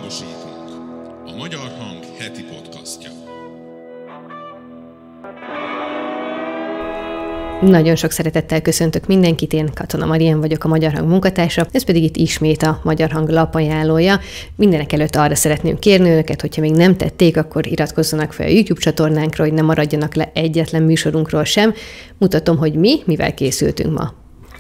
Hangosítunk. A Magyar Hang heti podcastja. Nagyon sok szeretettel köszöntök mindenkit, én Katona Marian vagyok, a Magyar Hang munkatársa, ez pedig itt ismét a Magyar Hang lapajánlója. Mindenek előtt arra szeretném kérni önöket, hogyha még nem tették, akkor iratkozzanak fel a YouTube csatornánkra, hogy ne maradjanak le egyetlen műsorunkról sem. Mutatom, hogy mivel készültünk ma.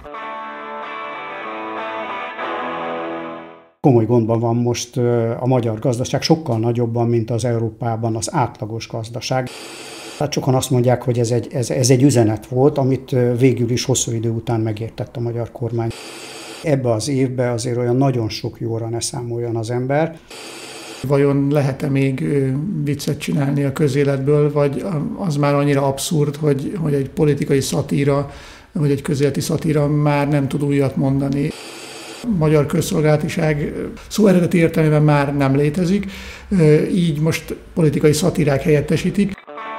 Komoly gondban van most a magyar gazdaság, sokkal nagyobban, mint az Európában az átlagos gazdaság. Hát sokan azt mondják, hogy ez egy üzenet volt, amit végül is hosszú idő után megértett a magyar kormány. Ebbe az évbe azért olyan nagyon sok jóra ne számoljon az ember. Vajon lehet-e még viccet csinálni a közéletből, vagy az már annyira abszurd, hogy egy politikai szatíra, vagy egy közéleti szatíra már nem tud újat mondani. Magyar közszolgálatiság szó eredeti értelmében már nem létezik, így most politikai szatírák helyettesítik.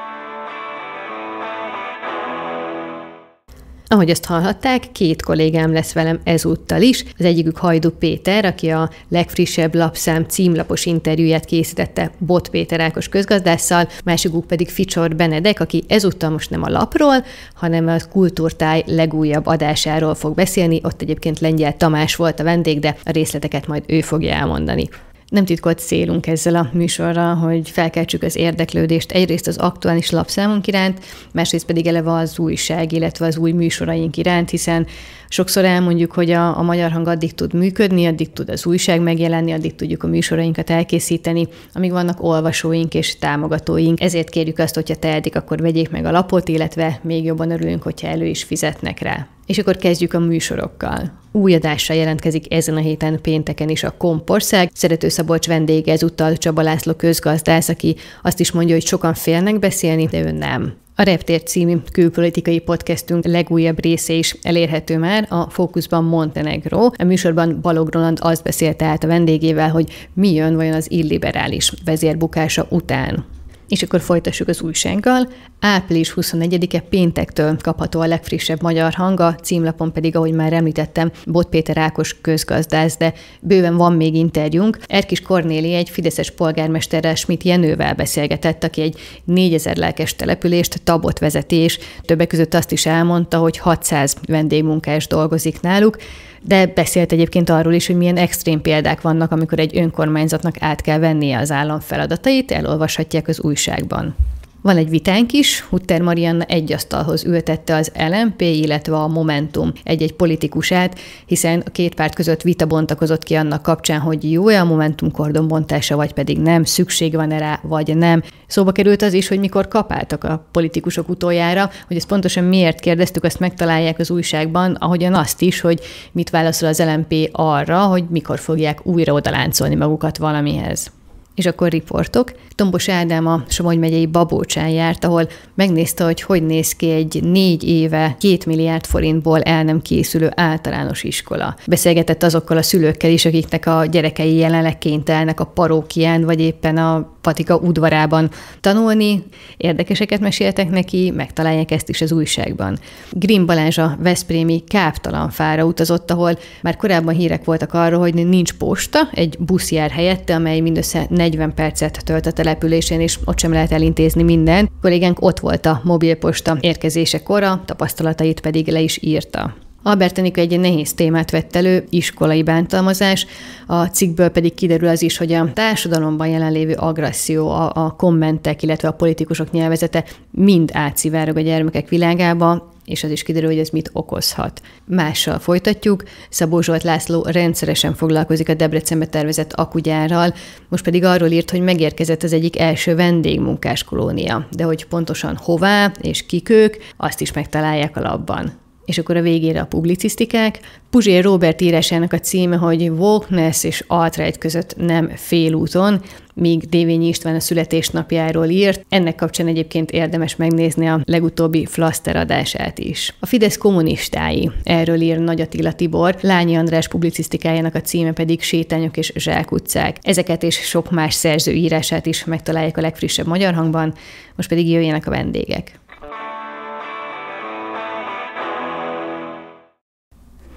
Ahogy azt hallhatták, két kollégám lesz velem ezúttal is. Az egyikük Hajdú Péter, aki a legfrissebb lapszám címlapos interjúját készítette Bot Péter Ákos közgazdásszal, másikuk pedig Ficsor Benedek, aki ezúttal most nem a lapról, hanem a Kultúrtáj legújabb adásáról fog beszélni. Ott egyébként Lengyel Tamás volt a vendég, de a részleteket majd ő fogja elmondani. Nem titkolt célunk ezzel a műsorral, hogy felkeltsük az érdeklődést egyrészt az aktuális lapszámunk iránt, másrészt pedig eleve az újság, illetve az új műsoraink iránt, hiszen sokszor elmondjuk, hogy a Magyar Hang addig tud működni, addig tud az újság megjelenni, addig tudjuk a műsorainkat elkészíteni, amíg vannak olvasóink és támogatóink. Ezért kérjük azt, hogyha tehetik, akkor vegyék meg a lapot, illetve még jobban örülünk, hogyha elő is fizetnek rá. És akkor kezdjük a műsorokkal. Új adással jelentkezik ezen a héten pénteken is a Kompország. Szerető Szabolcs vendége ezúttal Csaba László közgazdász, aki azt is mondja, hogy sokan félnek beszélni, de ő nem. A Reptér című külpolitikai podcastünk legújabb része is elérhető már, a Fókuszban Montenegro. A műsorban Balogh Roland azt beszélte át a vendégével, hogy mi jön vajon az illiberális vezér bukása után. És akkor folytassuk az újsággal. Április 24-e péntektől kapható a legfrissebb Magyar Hang, a címlapon pedig, ahogy már említettem, Bot Péter Ákos közgazdász, de bőven van még interjúnk. Erkis Kornélia egy fideszes polgármesterrel, Schmidt Jenővel beszélgetett, aki egy 4000 lelkes települést, Tabot vezeti, és többek között azt is elmondta, hogy 600 vendégmunkás dolgozik náluk, de beszélt egyébként arról is, hogy milyen extrém példák vannak, amikor egy önkormányzatnak át kell vennie az állam feladatait, elolvashatják az újságban. Van egy vitánk is, Hutter Marianna egy asztalhoz ültette az LMP, illetve a Momentum egy-egy politikusát, hiszen a két párt között vita bontakozott ki annak kapcsán, hogy jó-e a Momentum kordonbontása, vagy pedig nem, szükség van-e rá, vagy nem. Szóba került az is, hogy mikor kapáltak a politikusok utoljára, hogy ezt pontosan miért kérdeztük, azt megtalálják az újságban, ahogyan azt is, hogy mit válaszol az LMP arra, hogy mikor fogják újra odaláncolni magukat valamihez. És akkor riportok. Tombos Ádám a Somogy megyei Babócsán járt, ahol megnézte, hogy néz ki egy 4 éve 2 milliárd forintból el nem készülő általános iskola. Beszélgetett azokkal a szülőkkel is, akiknek a gyerekei jelenleg kénytelenek a parókián, vagy éppen a patika udvarában tanulni. Érdekeseket meséltek neki, megtalálják ezt is az újságban. Grimm Balázs a veszprémi Káptalanfára utazott, ahol már korábban hírek voltak arról, hogy nincs posta, egy busz jár helyette, amely mindössze 40 percet tölt a településen, és ott sem lehet elintézni mindent. Kollégánk ott volt a mobilposta érkezésekor, a tapasztalatait pedig le is írta. Albert Enikő egy nehéz témát vett elő, iskolai bántalmazás, a cikkből pedig kiderül az is, hogy a társadalomban jelenlévő agresszió, a kommentek, illetve a politikusok nyelvezete mind átszivárog a gyermekek világába, és az is kiderül, hogy ez mit okozhat. Mással folytatjuk. Szabó Zsolt László rendszeresen foglalkozik a Debrecenbe tervezett akugyárral, most pedig arról írt, hogy megérkezett az egyik első vendégmunkás kolónia, de hogy pontosan hová és kik ők, azt is megtalálják a labban. És akkor a végére a publicisztikák. Puzsér Róbert írásának a címe, hogy Wokeness és alt-right között nem félúton, míg Dévényi István a születésnapjáról írt. Ennek kapcsán egyébként érdemes megnézni a legutóbbi Flaszter adását is. A Fidesz kommunistái, erről ír Nagy Attila Tibor, Lányi András publicisztikájának a címe pedig Sétányok és zsákutcák. Ezeket és sok más szerző írását is megtalálják a legfrissebb Magyar Hangban, most pedig jöjjenek a vendégek.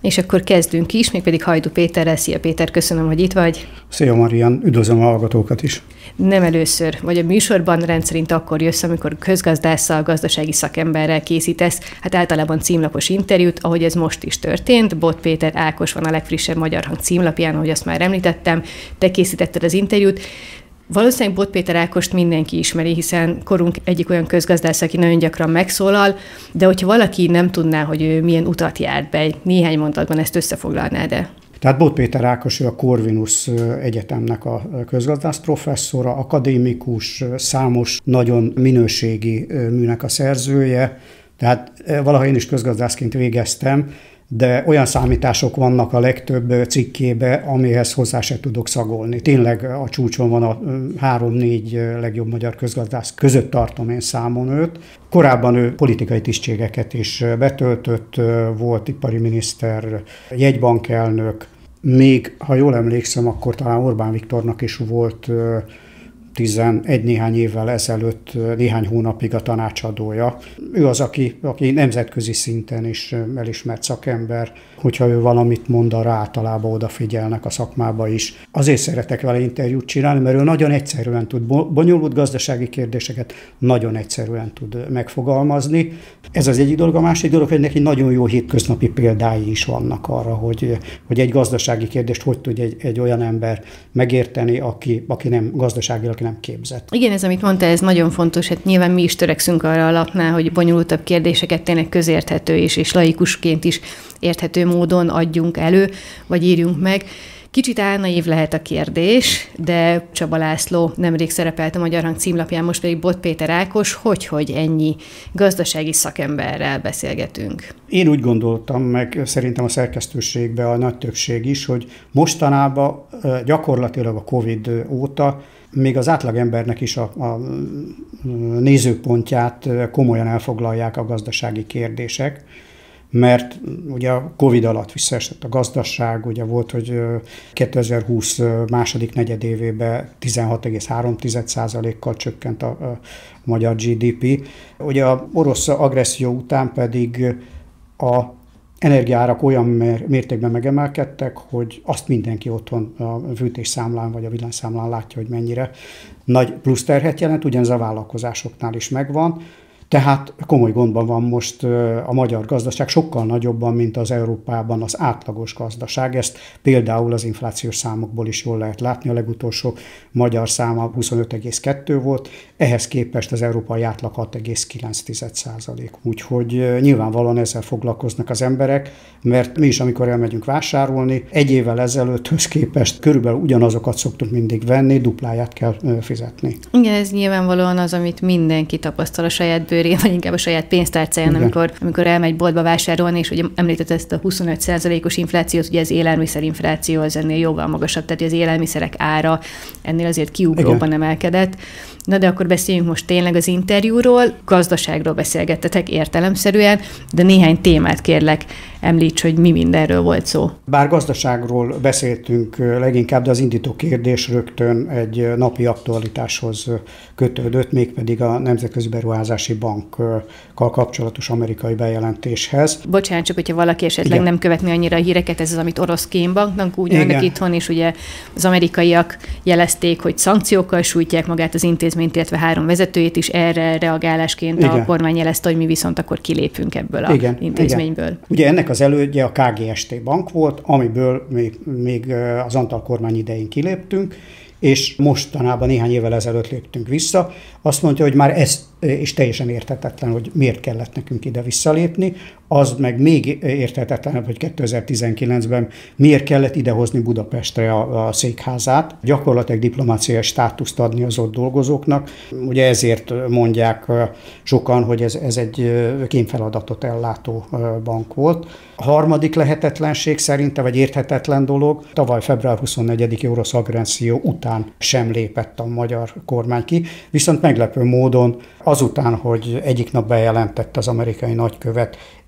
És akkor kezdünk is, mégpedig Hajdú Péterrel. Szia Péter, köszönöm, hogy itt vagy. Szia Marian, üdvözlöm a hallgatókat is. Nem először, vagy a műsorban rendszerint akkor jössz, amikor közgazdásszal, gazdasági szakemberrel készítesz, hát általában címlapos interjút, ahogy ez most is történt. Bot Péter Ákos van a legfrissebb Magyar Hang címlapján, ahogy azt már említettem, te készítetted az interjút. Valószínűleg Bot Péter Ákost mindenki ismeri, hiszen korunk egyik olyan közgazdász, aki nagyon gyakran megszólal, de hogyha valaki nem tudná, hogy ő milyen utat járt be, néhány mondatban ezt összefoglalnád-e? Tehát Bot Péter Ákos, ő a Corvinus Egyetemnek a közgazdász professzora, akadémikus, számos nagyon minőségi műnek a szerzője, tehát valaha én is közgazdászként végeztem, de olyan számítások vannak a legtöbb cikkébe, amihez hozzá se tudok szagolni. Tényleg a csúcson van a 3-4 legjobb magyar közgazdász között tartom én számon őt. Korábban ő politikai tisztségeket is betöltött, volt ipari miniszter, jegybankelnök, még, ha jól emlékszem, akkor talán Orbán Viktornak is volt 11 néhány évvel ezelőtt néhány hónapig a tanácsadója. Ő az, aki nemzetközi szinten is elismert szakember, hogyha ő valamit mond, arra általában odafigyelnek a szakmába is. Azért szeretek vele interjút csinálni, mert ő nagyon egyszerűen tud bonyolult gazdasági kérdéseket nagyon egyszerűen tud megfogalmazni. Ez az egyik dolog. A másik dolog, hogy neki nagyon jó hétköznapi példái is vannak arra, hogy egy gazdasági kérdést hogy tud egy olyan ember megérteni, aki nem gazdaságilag nem képzett. Igen, ez, amit mondta, ez nagyon fontos. Hát nyilván mi is törekszünk arra a lapnál, hogy bonyolultabb kérdéseket tényleg közérthető és laikusként is érthető módon adjunk elő, vagy írjunk meg. Kicsit álnaív lehet a kérdés, de Csaba László nemrég szerepelt a Magyar Hang címlapján, most pedig Bot Péter Ákos, hogy ennyi gazdasági szakemberrel beszélgetünk. Én úgy gondoltam, meg szerintem a szerkesztőségben a nagy többség is, hogy mostanában gyakorlatilag a Covid óta még az átlagembernek is a nézőpontját komolyan elfoglalják a gazdasági kérdések, mert ugye a Covid alatt visszaesett a gazdaság, ugye volt, hogy 2020 második negyedévében 16,3%-kal csökkent a magyar GDP. Ugye az orosz agresszió után pedig a energiaárak olyan mértékben megemelkedtek, hogy azt mindenki otthon a fűtésszámlán vagy a villanyszámlán látja, hogy mennyire nagy plusz terhet jelent, ugyanez a vállalkozásoknál is megvan. Tehát komoly gondban van most a magyar gazdaság, sokkal nagyobban, mint az Európában az átlagos gazdaság. Ezt például az inflációs számokból is jól lehet látni. A legutolsó magyar száma 25,2 volt, ehhez képest az európai átlag 6,9%. Úgyhogy nyilvánvalóan ezzel foglalkoznak az emberek, mert mi is, amikor elmegyünk vásárolni, egy évvel ezelőtthöz képest körülbelül ugyanazokat szoktunk mindig venni, dupláját kell fizetni. Igen, ez nyilvánvalóan az, amit mindenki tapasztal a saját bőrén, vagy inkább a saját pénztárcáján, amikor elmegy boltba vásárolni, és ugye említett ezt a 25%-os inflációt, ugye az élelmiszerinfláció az ennél jóval magasabb, tehát az élelmiszerek ára ennél azért kiugróban emelkedett. Na de akkor beszéljünk most tényleg az interjúról, gazdaságról beszélgettetek értelemszerűen, de néhány témát kérlek, említs, hogy mi mindenről volt szó. Bár gazdaságról beszéltünk leginkább, de az indító kérdés rögtön egy napi aktualitáshoz kötődött, mégpedig a Nemzetközi Beruházási Bankkal kapcsolatos amerikai bejelentéshez. Bocsánat, csak hogyha valaki esetleg nem követni annyira a híreket, ez az, amit orosz kémbanknak úgy mondnak itthon, és ugye az amerikaiak jelezték, hogy szankciókkal sújtják magát az intézményt, illetve 3 vezetőjét is, erre reagálásként a kormány jelezte, hogy mi viszont akkor kilépünk ebből az intézményből. Igen. Ugye ennek az elődje a KGST bank volt, amiből még az Antal kormány idején kiléptünk, és mostanában néhány évvel ezelőtt léptünk vissza. Azt mondja, hogy már ez és teljesen érthetetlen, hogy miért kellett nekünk ide visszalépni. Az meg még érthetetlenebb, hogy 2019-ben miért kellett idehozni Budapestre a székházát, gyakorlatilag diplomáciai státuszt adni az ott dolgozóknak. Ugye ezért mondják sokan, hogy ez egy kémfeladatot ellátó bank volt. A harmadik lehetetlenség szerinte, vagy érthetetlen dolog, tavaly február 24-i orosz agresszió után sem lépett a magyar kormány ki, viszont meglepő módon azután, hogy egyik nap bejelentett az amerikai nagykövet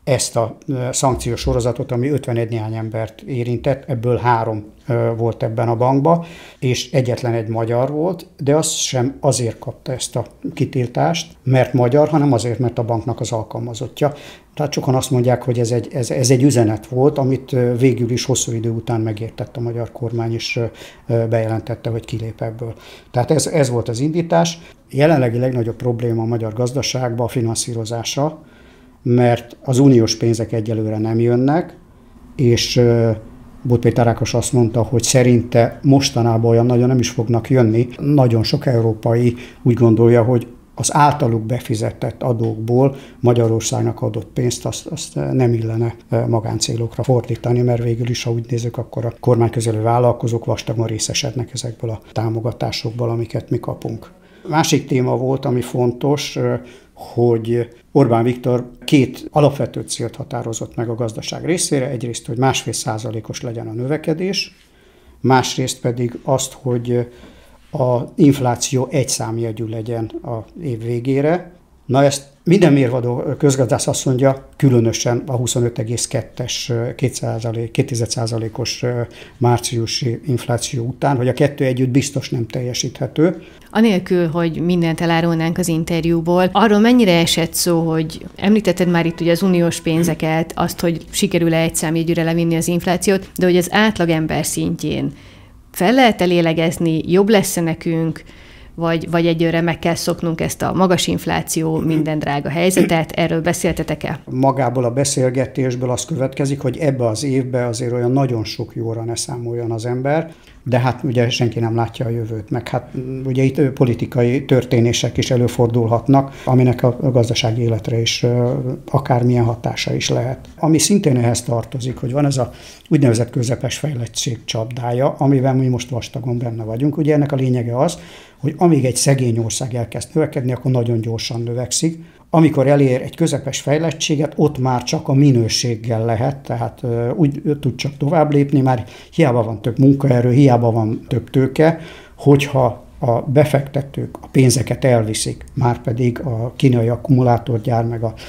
ezt a szankciós sorozatot, ami 51 néhány embert érintett, ebből 3 volt ebben a bankban, és egyetlen egy magyar volt, de az sem azért kapta ezt a kitiltást, mert magyar, hanem azért, mert a banknak az alkalmazottja. Tehát sokan azt mondják, hogy ez egy üzenet volt, amit végül is hosszú idő után megértett a magyar kormány, és bejelentette, hogy kilép ebből. Tehát ez volt az indítás. Jelenlegi legnagyobb probléma a magyar gazdaságban a finanszírozása, mert az uniós pénzek egyelőre nem jönnek, és Bot Péter Ákos azt mondta, hogy szerinte mostanában olyan nagyon nem is fognak jönni. Nagyon sok európai úgy gondolja, hogy az általuk befizetett adókból Magyarországnak adott pénzt azt nem illene magáncélokra fordítani, mert végül is, ha úgy nézzük, akkor a kormányközelű vállalkozók vastagon részesednek ezekből a támogatásokból, amiket mi kapunk. Másik téma volt, ami fontos, hogy Orbán Viktor 2 alapvető célt határozott meg a gazdaság részére. Egyrészt, hogy 1,5%-os legyen a növekedés, másrészt pedig azt, hogy az infláció egy számjegyű legyen a év végére. Na ezt minden mérvadó közgazdász azt mondja, különösen a 25,2-es 2%-os márciusi infláció után, hogy a 2 együtt biztos nem teljesíthető. Anélkül, hogy mindent elárulnánk az interjúból, arról mennyire esett szó, hogy említetted már itt ugye az uniós pénzeket, azt, hogy sikerül-e egy számjegyűre levinni az inflációt, de hogy az átlagember szintjén fel lehet-e lélegezni, jobb lesz-e nekünk, vagy egyőre meg kell szoknunk ezt a magas infláció, minden drága helyzetet? Erről beszéltetek-e? Magából a beszélgetésből az következik, hogy ebbe az évbe azért olyan nagyon sok jóra ne számoljon az ember, de hát ugye senki nem látja a jövőt, meg hát ugye itt politikai történések is előfordulhatnak, aminek a gazdasági életre is akármilyen hatása is lehet. Ami szintén ehhez tartozik, hogy van ez a úgynevezett közepes fejlettség csapdája, amiben mi most vastagon benne vagyunk. Ugye ennek a lényege az, hogy amíg egy szegény ország elkezd növekedni, akkor nagyon gyorsan növekszik. Amikor elér egy közepes fejlettséget, ott már csak a minőséggel lehet, tehát úgy tud csak tovább lépni, már hiába van több munkaerő, hiába van több tőke, hogyha a befektetők a pénzeket elviszik, már pedig a kínai akkumulátorgyár, meg a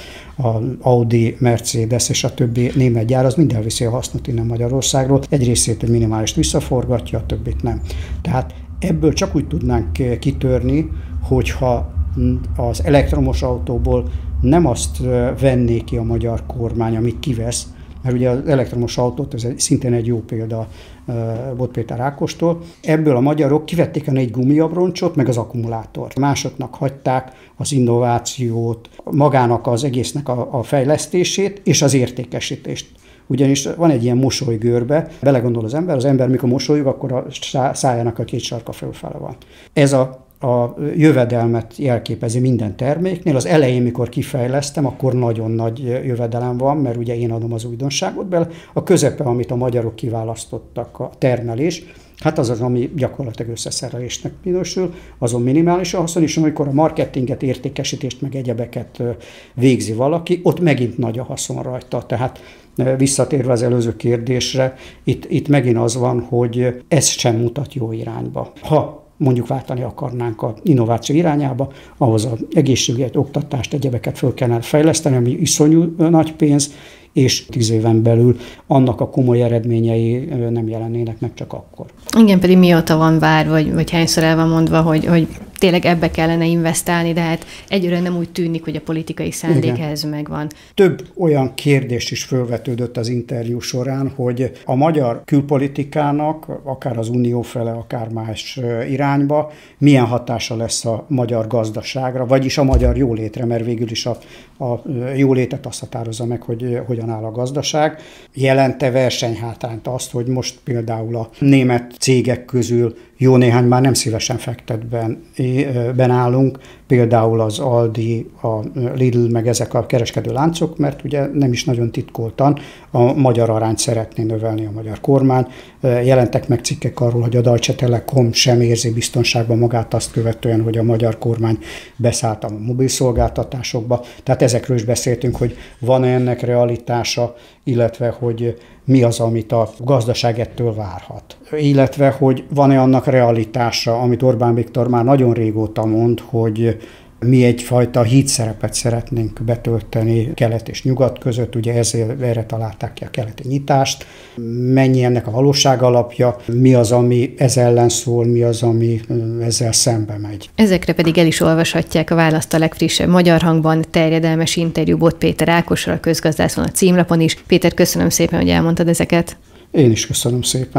Audi, Mercedes és a többi német gyár, az mind elviszi a hasznot innen Magyarországról. Egy részét egy minimális visszaforgatja, a többit nem. Tehát ebből csak úgy tudnánk kitörni, hogyha az elektromos autóból nem azt venné ki a magyar kormány, amit kivesz, mert ugye az elektromos autót, ez szintén egy jó példa Bot Péter Ákostól, ebből a magyarok kivették a 4 gumiabroncsot, meg az akkumulátort. Másoknak hagyták az innovációt, magának az egésznek a fejlesztését és az értékesítést. Ugyanis van egy ilyen mosolygörbe, belegondol az ember mikor mosolyog, akkor a szájának a 2 sarka fölfele van. Ez a jövedelmet jelképezi minden terméknél. Az elején, mikor kifejlesztem, akkor nagyon nagy jövedelem van, mert ugye én adom az újdonságot bele. A közepe, amit a magyarok kiválasztottak, a termelés, hát az, ami gyakorlatilag összeszerelésnek minősül, azon minimális a haszon, és amikor a marketinget, értékesítést, meg egyebeket végzi valaki, ott megint nagy a haszon rajta. Tehát visszatérve az előző kérdésre, itt megint az van, hogy ez sem mutat jó irányba. Ha mondjuk váltani akarnánk az innováció irányába, ahhoz az egészségügyet, oktatást, egyebeket föl kellene fejleszteni, ami iszonyú nagy pénz, és 10 éven belül annak a komoly eredményei nem jelennének meg csak akkor. Igen, pedig mióta van vár, vagy hányszor el van mondva, hogy tényleg ebbe kellene investálni, de hát egyre nem úgy tűnik, hogy a politikai szándék ehhez megvan. Több olyan kérdés is felvetődött az interjú során, hogy a magyar külpolitikának, akár az unió fele, akár más irányba, milyen hatása lesz a magyar gazdaságra, vagyis a magyar jólétre, mert végül is a jólétet azt határozza meg, hogy hogyan áll a gazdaság. Jelente versenyhátrányt azt, hogy most például a német cégek közül jó néhány már nem szívesen fektet benállunk, például az Aldi, a Lidl, meg ezek a kereskedő láncok, mert ugye nem is nagyon titkoltan a magyar arányt szeretné növelni a magyar kormány. Jelentek meg cikkek arról, hogy a Deutsche Telekom sem érzi biztonságban magát azt követően, hogy a magyar kormány beszállt a mobilszolgáltatásokba. Tehát ezekről is beszéltünk, hogy van-e ennek realitása, illetve hogy mi az, amit a gazdaság ettől várhat. Illetve, hogy van-e annak realitása, amit Orbán Viktor már nagyon régóta mond, hogy Mi egyfajta hídszerepet szeretnénk betölteni kelet és nyugat között, ugye erre találták ki a keleti nyitást. Mennyi ennek a valóság alapja, mi az, ami ez ellen szól, mi az, ami ezzel szembe megy. Ezekre pedig el is olvashatják a választ a legfrissebb Magyar Hangban, terjedelmes interjú Bot Péter Ákossal, a közgazdászon a címlapon is. Péter, köszönöm szépen, hogy elmondtad ezeket. Én is köszönöm szépen.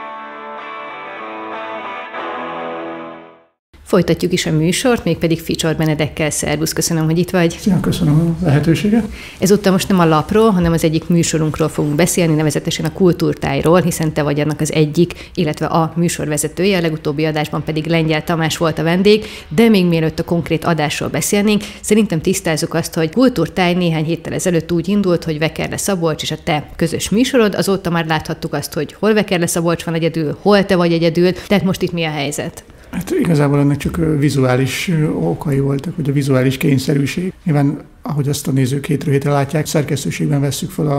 Folytatjuk is a műsort, mégpedig Ficsor Benedekkel. Szervusz, köszönöm, hogy itt vagy. Szia, köszönöm a lehetőséget. Ezúttal most nem a lapról, hanem az egyik műsorunkról fogunk beszélni, nevezetesen a Kultúrtájról, hiszen te vagy annak az egyik, illetve a műsorvezetője, a legutóbbi adásban pedig Lengyel Tamás volt a vendég, de még mielőtt a konkrét adásról beszélnénk, szerintem tisztázzuk azt, hogy Kultúrtáj néhány héttel ezelőtt úgy indult, hogy Vekerle Szabolcs és a te közös műsorod, azóta már láthattuk azt, hogy hol Vekerle Szabolcs van egyedül, hol te vagy egyedül, tehát most itt mi a helyzet? Hát igazából ennek csak vizuális okai voltak, vagy a vizuális kényszerűség. Nyilván, ahogy azt a nézők hétről hétre látják, szerkesztőségben vesszük fel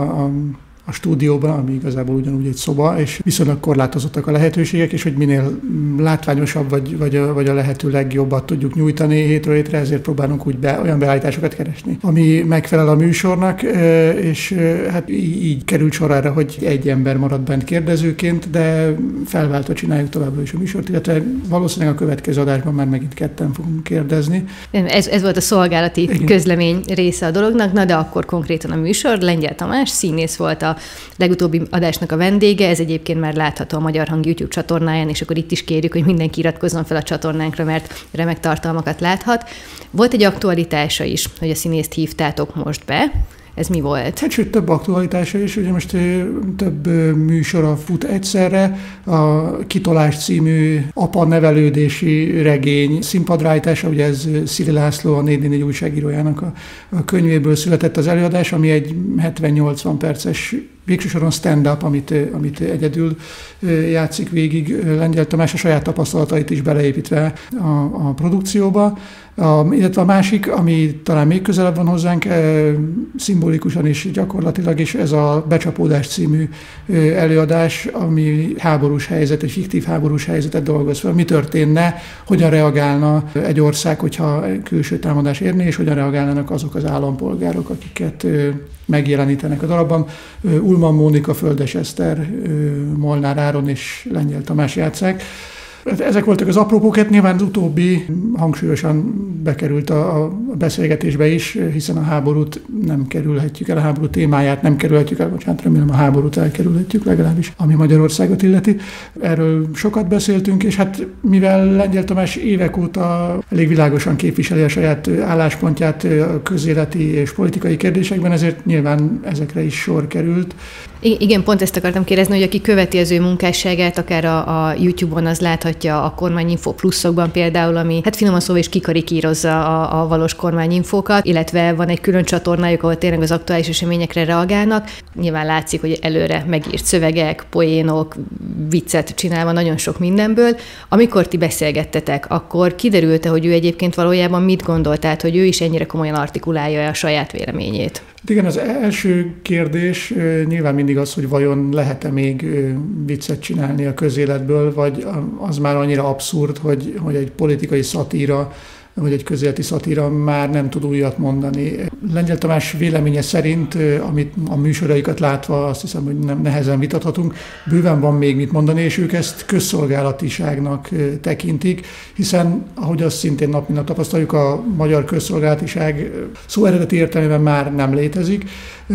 a stúdióba, ami igazából ugyanúgy egy szoba, és viszonylag korlátozottak a lehetőségek, és hogy minél látványosabb vagy a lehető legjobbat tudjuk nyújtani hétről hétre, ezért próbálunk úgy olyan beállításokat keresni, ami megfelel a műsornak, és hát így került sor arra, hogy egy ember marad bent kérdezőként, de felváltva csináljuk továbbra is a műsort, illetve valószínűleg a következő adásban már megint ketten fogunk kérdezni. Ez volt a szolgálati közlemény része a dolognak, na de akkor konkrétan a műsor. Lengyel Tamás színész volt a legutóbbi adásnak a vendége, ez egyébként már látható a Magyar Hang YouTube csatornáján, és akkor itt is kérjük, hogy mindenki iratkozzon fel a csatornánkra, mert remek tartalmakat láthat. Volt egy aktualitása is, hogy a színészt hívtátok most be. Ez mi volt? Hát sőt, több aktualitása is, ugye most több műsora fut egyszerre. A Kitolás című apa nevelődési regény színpadrájtása, ugye ez Szili László, a 444 újságírójának a könyvéből született az előadás, ami egy 70-80 perces végső soron stand-up, amit egyedül játszik végig Lengyel Tamás, a saját tapasztalatait is beleépítve a produkcióba. Illetve a másik, ami talán még közelebb van hozzánk, szimbolikusan is gyakorlatilag, és ez a Becsapódás című előadás, ami háborús helyzet, egy fiktív háborús helyzetet dolgoz fel. Mi történne, hogyan reagálna egy ország, hogyha külső támadás érné, és hogyan reagálnának azok az állampolgárok, akiket megjelenítenek a darabban. Ulman Mónika, Földes Eszter, Molnár Áron és Lengyel Tamás játsszák. Ezek voltak az apropók, nyilván az utóbbi hangsúlyosan bekerült a beszélgetésbe is, hiszen a háborút nem kerülhetjük el, a háború témáját nem kerülhetjük el, remélem a háborút elkerülhetjük legalábbis, ami Magyarországot illeti. Erről sokat beszéltünk, és hát mivel Lengyel Tamás évek óta elég világosan képviseli a saját álláspontját a közéleti és politikai kérdésekben, ezért nyilván ezekre is sor került. Igen, pont ezt akartam kérdezni, hogy aki követi az ő munkásságát, akár a YouTube-on, az láthatja a Kormányinfo pluszokban például, ami hát finoman szóval is kikarikírozza a valós kormányinfókat, illetve van egy külön csatornájuk, ahol tényleg az aktuális eseményekre reagálnak. Nyilván látszik, hogy előre megírt szövegek, poénok, viccet csinálva nagyon sok mindenből. Amikor ti beszélgettetek, akkor kiderült-e, hogy ő egyébként valójában mit gondolt, tehát hogy ő is ennyire komolyan artikulálja a saját véleményét? Igen, az első kérdés nyilván mindig az, hogy vajon lehet-e még viccet csinálni a közéletből, vagy az már annyira abszurd, hogy egy politikai szatíra, vagy egy közéleti szatíra már nem tud újat mondani. Lengyel Tamás véleménye szerint, amit a műsoraikat látva azt hiszem, hogy nem nehezen vitathatunk, bőven van még mit mondani, és ők ezt közszolgálatiságnak tekintik, hiszen, ahogy azt szintén nap mint nap tapasztaljuk, a magyar közszolgálatiság szó eredeti értelmében már nem létezik,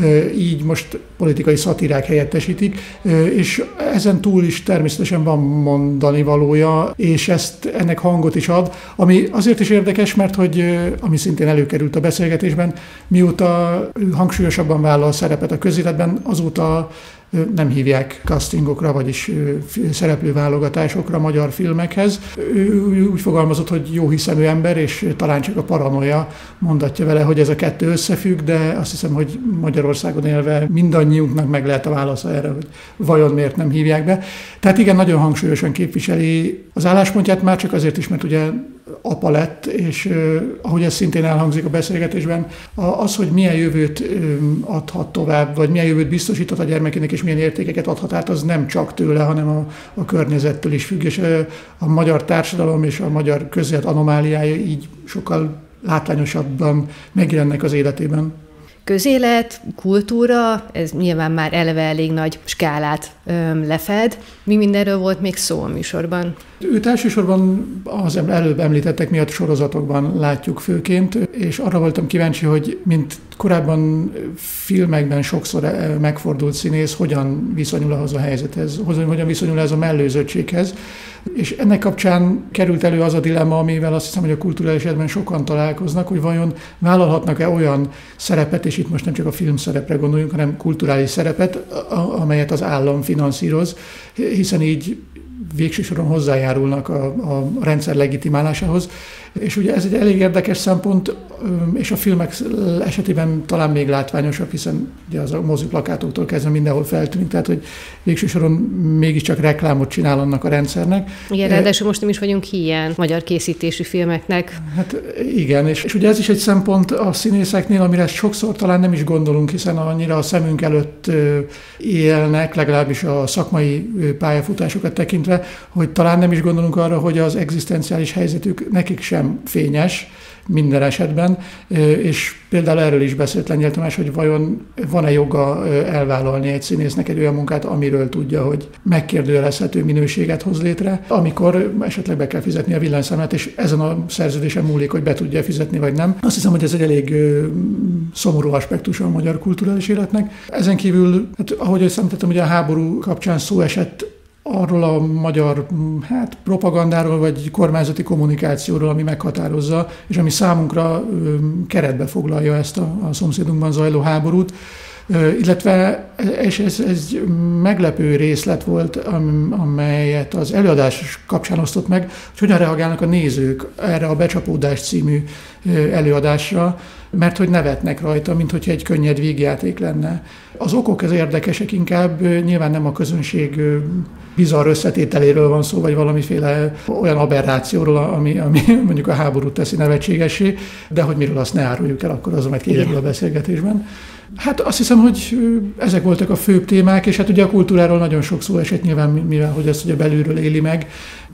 így most politikai szatírák helyettesítik, és ezen túl is természetesen van mondani valója, és ennek hangot is ad, ami azért is érdekes, mert hogy, ami szintén előkerült a beszélgetésben, mióta hangsúlyosabban vállal szerepet a közéletben, azóta nem hívják castingokra, vagyis szereplőválogatásokra magyar filmekhez. Ő úgy fogalmazott, hogy jó hiszemű ember, és talán csak a paranoia mondatja vele, hogy ez a kettő összefügg, de azt hiszem, hogy Magyarországon élve mindannyiunknak meg lehet a válasza erre, hogy vajon miért nem hívják be. Tehát igen, nagyon hangsúlyosan képviseli az álláspontját, már csak azért is, mert ugye apa lett, és ahogy ez szintén elhangzik a beszélgetésben, az, hogy milyen jövőt adhat tovább, vagy milyen jövőt biztosíthat a gyermekének, és milyen értékeket adhat át, az nem csak tőle, hanem a környezettől is függ, és a magyar társadalom és a magyar közélet anomáliája így sokkal látványosabban megjelennek az életében. Közélet, kultúra, ez nyilván már eleve elég nagy skálát lefed. Mi mindenről volt még szó a műsorban? Őt elsősorban az előbb említettek miatt sorozatokban látjuk főként, és arra voltam kíváncsi, hogy mint korábban filmekben sokszor megfordult színész, hogyan viszonyul ahhoz a helyzethez, hogyan viszonyul ez a mellőzöttséghez. És ennek kapcsán került elő az a dilemma, amivel azt hiszem, hogy a kulturális életben sokan találkoznak, hogy vajon vállalhatnak-e olyan szerepet, és itt most nem csak a filmszerepre gondoljunk, hanem kulturális szerepet, amelyet az állam finanszíroz, hiszen így végső soron hozzájárulnak a rendszer legitimálásához. És ugye ez egy elég érdekes szempont, és a filmek esetében talán még látványosabb, hiszen ugye az a moziplakátoktól kezdve mindenhol feltűnik, tehát hogy végső soron mégiscsak reklámot csinál annak a rendszernek. Igen, ráadásul most nem is vagyunk híján magyar készítésű filmeknek. Hát igen, és ugye ez is egy szempont a színészeknél, amire sokszor talán nem is gondolunk, hiszen annyira a szemünk előtt élnek, legalábbis a szakmai pályafutásokat tekintve, hogy talán nem is gondolunk arra, hogy az egzisztenciális helyzetük nekik sem fényes minden esetben, és például erről is beszélt Lengyel Tamás, hogy vajon van-e joga elvállalni egy színésznek egy olyan munkát, amiről tudja, hogy megkérdőjelezhető minőséget hoz létre, amikor esetleg be kell fizetni a villanyszámlát, és ezen a szerződésen múlik, hogy be tudja fizetni, vagy nem. Azt hiszem, hogy ez egy elég szomorú aspektus a magyar kulturális életnek. Ezen kívül, hát, ahogy azt említettem, hogy a háború kapcsán szó esett arról a magyar propagandáról, vagy kormányzati kommunikációról, ami meghatározza, és ami számunkra keretbe foglalja ezt a szomszédunkban zajló háborút. Illetve, és ez egy meglepő részlet volt, amelyet az előadás kapcsán osztott meg, hogy hogyan reagálnak a nézők erre a Becsapódás című előadásra, mert hogy nevetnek rajta, mint hogyha egy könnyed vígjáték lenne. Az okok az érdekesek inkább, nyilván nem a közönség bizarr összetételéről van szó, vagy valamiféle olyan aberrációról, ami mondjuk a háborút teszi nevetségessé, de hogy miről azt ne áruljuk el, akkor az majd kiderül a beszélgetésben. Hát azt hiszem, hogy ezek voltak a főbb témák, és hát ugye a kultúráról nagyon sok szó esett nyilván, mivel hogy ezt ugye belülről éli meg,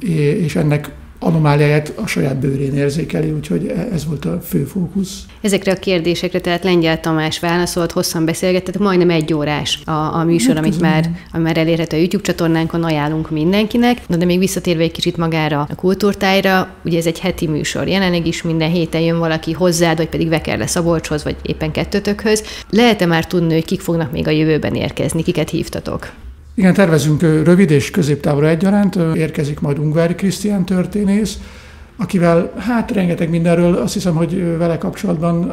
és ennek anomáliáját a saját bőrén érzékeli, úgyhogy ez volt a fő fókusz. Ezekre a kérdésekre tehát Lengyel Tamás válaszolt, hosszan beszélgetett, majdnem 1 órás a műsor, ami már elérhető a YouTube csatornánkon, ajánlunk mindenkinek. De még visszatérve egy kicsit magára a kultúrtájra, ugye ez egy heti műsor, jelenleg is minden héten jön valaki hozzád, vagy pedig Vekerle Szabolcshoz, vagy éppen kettőtökhöz. Lehet-e már tudni, hogy kik fognak még a jövőben érkezni, kiket hívtatok? Igen, tervezünk rövid és középtávra egyaránt. Érkezik majd Ungvári Krisztián történész, akivel rengeteg mindenről, azt hiszem, hogy vele kapcsolatban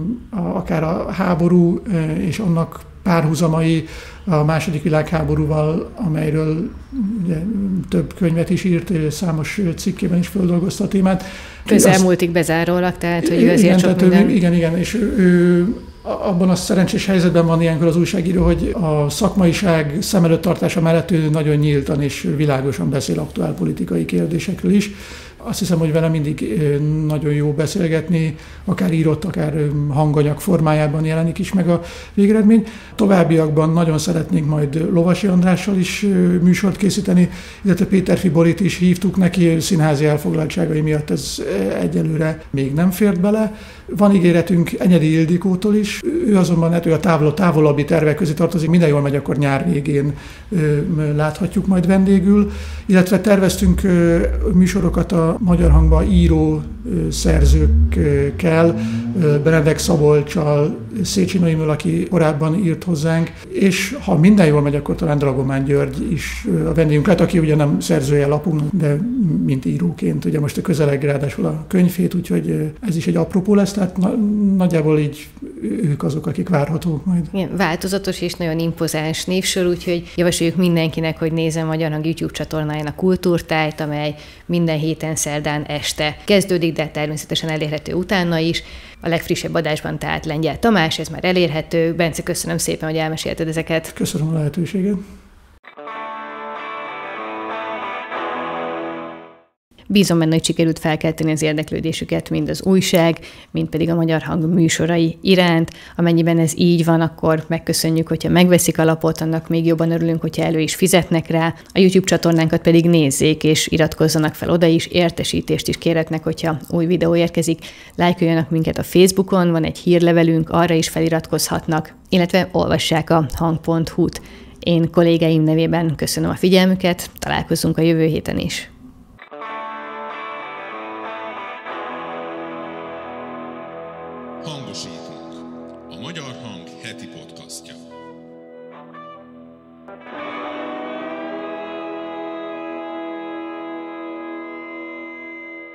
akár a háború és annak párhuzamai a második világháborúval, amelyről ugye, több könyvet is írt, számos cikkében is földolgozta a témát. Közelmúltig bezárólag, tehát hogy ő azért sok minden... Igen, és ő abban a szerencsés helyzetben van ilyenkor az újságíró, hogy a szakmaiság szem előtt tartása mellett ő nagyon nyíltan és világosan beszél aktuál politikai kérdésekről is. Azt hiszem, hogy vele mindig nagyon jó beszélgetni, akár írott, akár hanganyag formájában jelenik is meg a végeredmény. Továbbiakban nagyon szeretnénk majd Lovasi Andrással is műsort készíteni, illetve Péter Fiborit is hívtuk neki, színházi elfoglaltságai miatt ez egyelőre még nem fért bele. Van ígéretünk Enyedi Ildikótól is, ő azonban ő a távolabbi tervek közé tartozik, minden jól megy, akkor nyár végén láthatjuk majd vendégül, illetve terveztünk műsorokat a Magyar Hangban író szerzőkkel, Benedek Szabolccsal, Széchenyi Noémivel, aki korábban írt hozzánk, és ha minden jól megy, akkor talán Dragomán György is a vendégünk lehet, aki ugye nem szerzője a lapunknak, de mint íróként, ugye most a közeleg ráadásul a könyvét, úgyhogy ez is egy apropó lesz, tehát nagyjából így ők azok, akik várhatók majd. Igen, változatos és nagyon impozáns névsor, úgyhogy javasoljuk mindenkinek, hogy nézzen Magyar Hang YouTube csatornáján a Kultúrtájt, amely minden héten szerdán este kezdődik, de természetesen elérhető utána is. A legfrissebb adásban tehát Lengyel Tamás, ez már elérhető. Bence, köszönöm szépen, hogy elmesélted ezeket. Köszönöm a lehetőséget. Bízom benne, hogy sikerült felkelteni az érdeklődésüket mind az újság, mind pedig a Magyar Hang műsorai iránt. Amennyiben ez így van, akkor megköszönjük, hogyha megveszik a lapot, annak még jobban örülünk, hogyha elő is fizetnek rá. A YouTube csatornánkat pedig nézzék és iratkozzanak fel oda is, értesítést is kérhetnek, hogyha új videó érkezik. Lájkoljanak minket a Facebookon, van egy hírlevelünk, arra is feliratkozhatnak, illetve olvassák a hang.hu-t. Én kollégáim nevében köszönöm a figyelmüket, találkozunk a jövő héten is. Hangosítunk. A Magyar Hang heti podcastja.